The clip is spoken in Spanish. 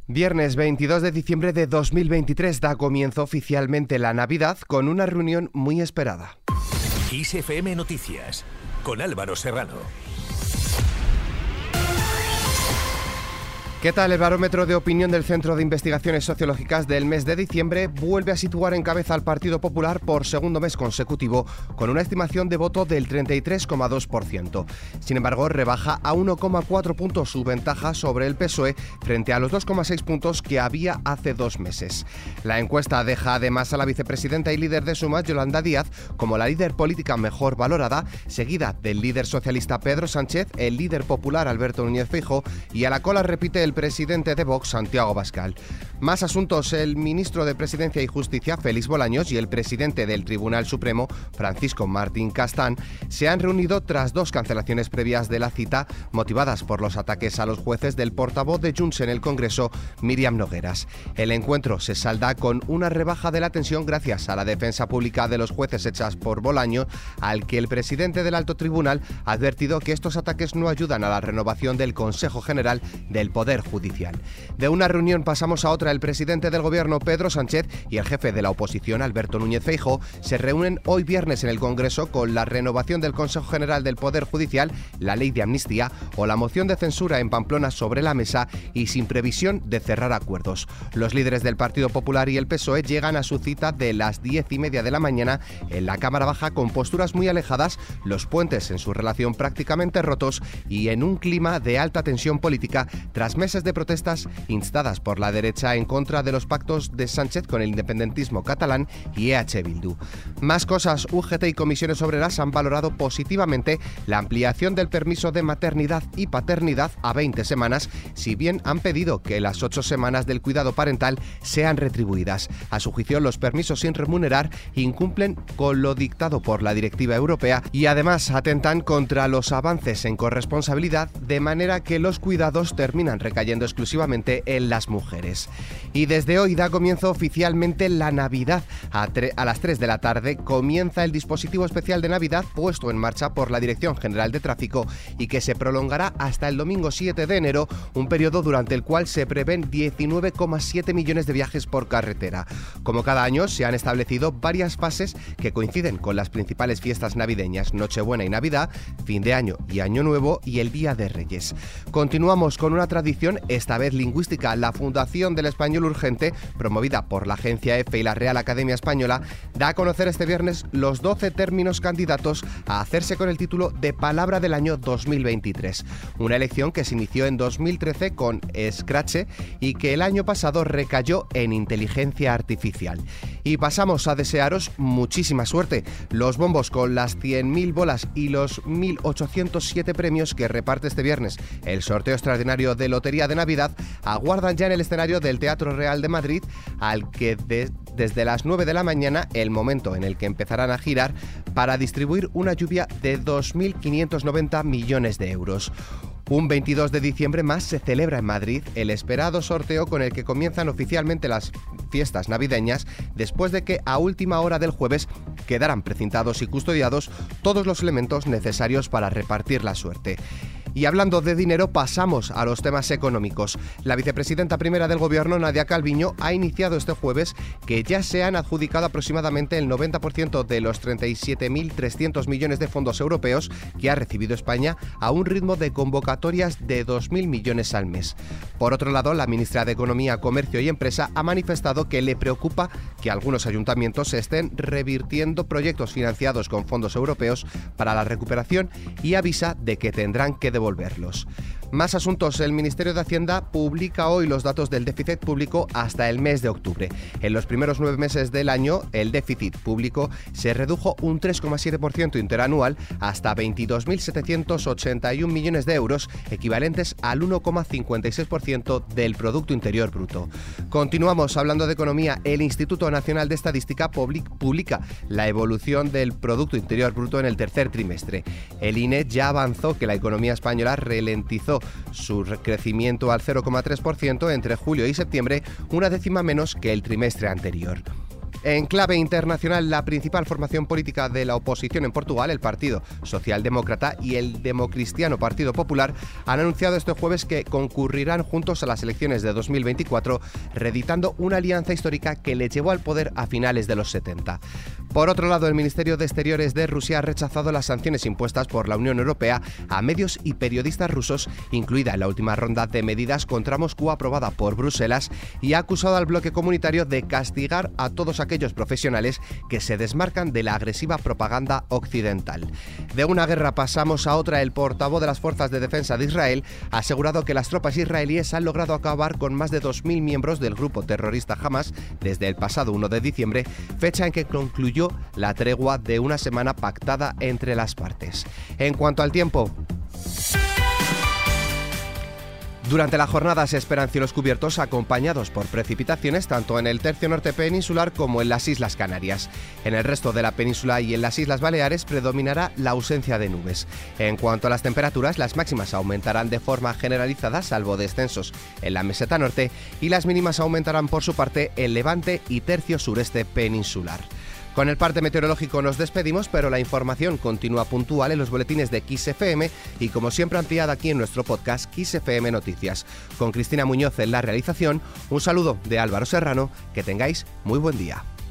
Viernes 22 de diciembre de 2023 da comienzo oficialmente la Navidad con una reunión muy esperada. XFM Noticias, con Álvaro Serrano. ¿Qué tal? El barómetro de opinión del Centro de Investigaciones Sociológicas del mes de diciembre vuelve a situar en cabeza al Partido Popular por segundo mes consecutivo, con una estimación de voto del 33,2%. Sin embargo, rebaja a 1,4 puntos su ventaja sobre el PSOE frente a los 2,6 puntos que había hace 2 meses. La encuesta deja además a la vicepresidenta y líder de Sumar, Yolanda Díaz, como la líder política mejor valorada, seguida del líder socialista Pedro Sánchez, el líder popular Alberto Núñez Feijóo y a la cola repite el presidente de Vox, Santiago Abascal. Más asuntos. El ministro de Presidencia y Justicia, Félix Bolaños, y el presidente del Tribunal Supremo, Francisco Martín Castán, se han reunido tras 2 cancelaciones previas de la cita, motivadas por los ataques a los jueces del portavoz de Junts en el Congreso, Míriam Nogueras. El encuentro se salda con una rebaja de la tensión gracias a la defensa pública de los jueces hechas por Bolaños, al que el presidente del Alto Tribunal ha advertido que estos ataques no ayudan a la renovación del Consejo General del Poder Judicial. De una reunión pasamos a otra. El presidente del Gobierno, Pedro Sánchez, y el jefe de la oposición, Alberto Núñez Feijóo, se reúnen hoy viernes en el Congreso con la renovación del Consejo General del Poder Judicial, la ley de amnistía o la moción de censura en Pamplona sobre la mesa y sin previsión de cerrar acuerdos. Los líderes del Partido Popular y el PSOE llegan a su cita de las 10:30 de la mañana en la Cámara Baja con posturas muy alejadas, los puentes en su relación prácticamente rotos y en un clima de alta tensión política tras meses de protestas instadas por la derecha en contra de los pactos de Sánchez con el independentismo catalán y EH Bildu. Más cosas. UGT y comisiones obreras han valorado positivamente la ampliación del permiso de maternidad y paternidad a 20 semanas, si bien han pedido que las 8 semanas del cuidado parental sean retribuidas. A su juicio, los permisos sin remunerar incumplen con lo dictado por la directiva europea y además atentan contra los avances en corresponsabilidad, de manera que los cuidados terminan recayendo exclusivamente en las mujeres. Y desde hoy da comienzo oficialmente la Navidad. A las 3 de la tarde comienza el dispositivo especial de Navidad puesto en marcha por la Dirección General de Tráfico y que se prolongará hasta el domingo 7 de enero, un periodo durante el cual se prevén 19,7 millones de viajes por carretera. Como cada año, se han establecido varias fases que coinciden con las principales fiestas navideñas, Nochebuena y Navidad, fin de año y Año Nuevo y el Día de Reyes. Continuamos con una tradición, esta vez lingüística. La Fundación del Español Urgente, promovida por la Agencia EFE y la Real Academia Española, da a conocer este viernes los 12 términos candidatos a hacerse con el título de Palabra del Año 2023. Una elección que se inició en 2013 con Scratch y que el año pasado recayó en inteligencia artificial. Y pasamos a desearos muchísima suerte. Los bombos con las 100.000 bolas y los 1.807 premios que reparte este viernes el sorteo extraordinario de Lotería de Navidad aguardan ya en el escenario del Teatro Real de Madrid, al que desde las 9 de la mañana, el momento en el que empezarán a girar, para distribuir una lluvia de 2.590 millones de euros. Un 22 de diciembre más se celebra en Madrid el esperado sorteo con el que comienzan oficialmente las fiestas navideñas, después de que a última hora del jueves quedaran precintados y custodiados todos los elementos necesarios para repartir la suerte. Y hablando de dinero, pasamos a los temas económicos. La vicepresidenta primera del Gobierno, Nadia Calviño, ha iniciado este jueves que ya se han adjudicado aproximadamente el 90% de los 37.300 millones de fondos europeos que ha recibido España, a un ritmo de convocatorias de 2.000 millones al mes. Por otro lado, la ministra de Economía, Comercio y Empresa ha manifestado que le preocupa que algunos ayuntamientos estén revirtiendo proyectos financiados con fondos europeos para la recuperación y avisa de que tendrán que devolverlos. Más asuntos. El Ministerio de Hacienda publica hoy los datos del déficit público hasta el mes de octubre. En los primeros 9 meses del año, el déficit público se redujo un 3,7% interanual hasta 22.781 millones de euros, equivalentes al 1,56% del Producto Interior Bruto. Continuamos hablando de economía. El Instituto Nacional de Estadística publica la evolución del Producto Interior Bruto en el tercer trimestre. El INE ya avanzó que la economía española ralentizó su crecimiento al 0,3% entre julio y septiembre, una décima menos que el trimestre anterior. En clave internacional, la principal formación política de la oposición en Portugal, el Partido Socialdemócrata y el Democristiano Partido Popular, han anunciado este jueves que concurrirán juntos a las elecciones de 2024, reeditando una alianza histórica que le llevó al poder a finales de los 70. Por otro lado, el Ministerio de Exteriores de Rusia ha rechazado las sanciones impuestas por la Unión Europea a medios y periodistas rusos, incluida la última ronda de medidas contra Moscú aprobada por Bruselas, y ha acusado al bloque comunitario de castigar a todos aquellos profesionales que se desmarcan de la agresiva propaganda occidental. De una guerra pasamos a otra. El portavoz de las Fuerzas de Defensa de Israel ha asegurado que las tropas israelíes han logrado acabar con más de 2.000 miembros del grupo terrorista Hamas desde el pasado 1 de diciembre, fecha en que concluyó la tregua de una semana pactada entre las partes. En cuanto al tiempo, durante la jornada se esperan cielos cubiertos acompañados por precipitaciones tanto en el tercio norte peninsular como en las Islas Canarias. En el resto de la península y en las Islas Baleares predominará la ausencia de nubes. En cuanto a las temperaturas, las máximas aumentarán de forma generalizada, salvo descensos en la meseta norte, y las mínimas aumentarán por su parte en Levante y tercio sureste peninsular. Con el parte meteorológico nos despedimos, pero la información continúa puntual en los boletines de Kiss FM y, como siempre, ampliada aquí en nuestro podcast Kiss FM Noticias. Con Cristina Muñoz en la realización, un saludo de Álvaro Serrano, que tengáis muy buen día.